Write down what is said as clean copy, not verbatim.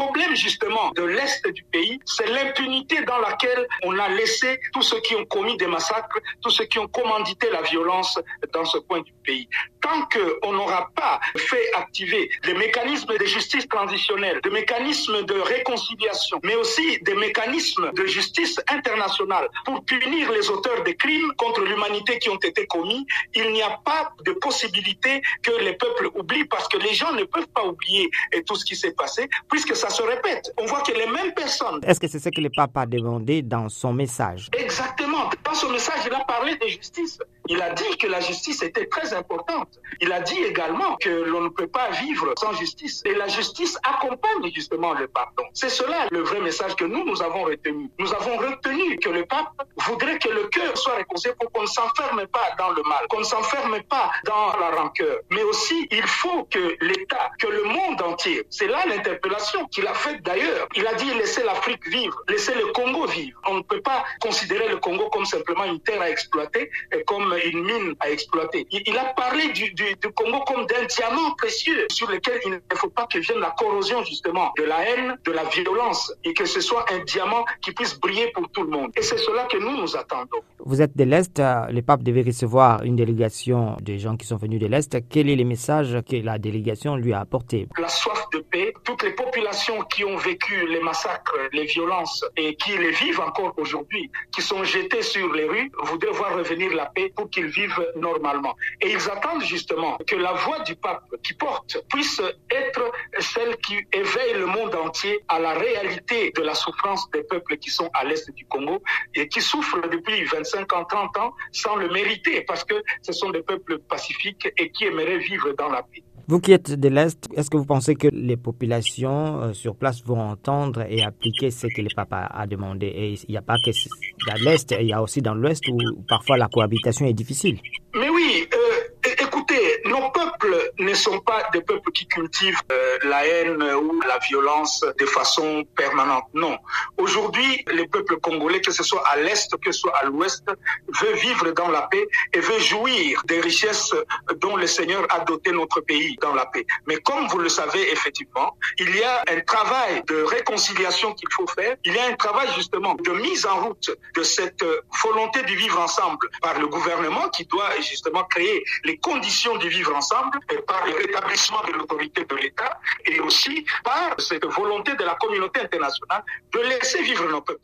problème justement de l'Est du pays, c'est l'impunité dans laquelle on a laissé tous ceux qui ont commis des massacres, tous ceux qui ont commandité la violence dans ce coin du pays. Tant qu'on n'aura pas fait activer des mécanismes de justice transitionnelle, des mécanismes de réconciliation, mais aussi des mécanismes de justice internationale pour punir les auteurs des crimes contre l'humanité qui ont été commis, il n'y a pas de possibilité que les peuples oublient, parce que les gens ne peuvent pas oublier tout ce qui s'est passé, puisque ça se répète. On voit que les mêmes personnes... Est-ce que c'est ce que le pape a demandé dans son message? Exactement. Dans son message, il a parlé de justice. Il a dit que la justice était très importante. Il a dit également que l'on ne peut pas vivre sans justice. Et la justice accompagne justement le pardon. C'est cela le vrai message que nous avons retenu. Nous avons retenu que le pape voudrait que le cœur soit réconcilié pour qu'on ne s'enferme pas dans le mal, qu'on ne s'enferme pas dans la rancœur. Mais aussi, il faut que l'État, que le monde entier, c'est là l'interpellation qu'il a faite d'ailleurs. Il a dit laissez l'Afrique vivre, laissez le Congo vivre. On ne peut pas considérer le Congo comme simplement une terre à exploiter et comme une mine à exploiter. Il a parlé du Congo comme d'un diamant précieux sur lequel il ne faut pas que vienne la corrosion justement de la haine, de la violence, et que ce soit un diamant qui puisse briller pour tout le monde. Et c'est cela que nous attendons. Vous êtes de l'Est, le pape devait recevoir une délégation de gens qui sont venus de l'Est. Quel est le message que la délégation lui a apporté? La soif de paix, toutes les populations qui ont vécu les massacres, les violences et qui les vivent encore aujourd'hui, qui sont jetées sur les rues, voudraient voir revenir la paix pour qu'ils vivent normalement. Et ils attendent justement que la voix du pape qui porte puisse être celle qui éveille le monde entier à la réalité de la souffrance des peuples qui sont à l'Est du Congo et qui souffrent depuis 25 ans, 30 ans sans le mériter, parce que ce sont des peuples pacifiques et qui aimeraient vivre dans la paix. Vous qui êtes de l'Est, est-ce que vous pensez que les populations sur place vont entendre et appliquer ce que le pape a demandé? Et il n'y a pas que dans l'Est, il y a aussi dans l'Ouest où parfois la cohabitation est difficile. Mais oui, écoutez, nos peuples ne sont pas des peuples qui cultivent la haine ou la violence de façon permanente. Non. Aujourd'hui, les peuples congolais, que ce soit à l'Est, que ce soit à l'Ouest, veulent vivre dans la paix et veulent jouir des richesses dont le Seigneur a doté notre pays dans la paix. Mais comme vous le savez, effectivement, il y a un travail de réconciliation qu'il faut faire. Il y a un travail justement de mise en route de cette volonté du vivre ensemble par le gouvernement qui doit justement créer les conditions du vivre ensemble et par le rétablissement de l'autorité de l'État et aussi par cette volonté de la communauté internationale de laisser vivre nos peuples.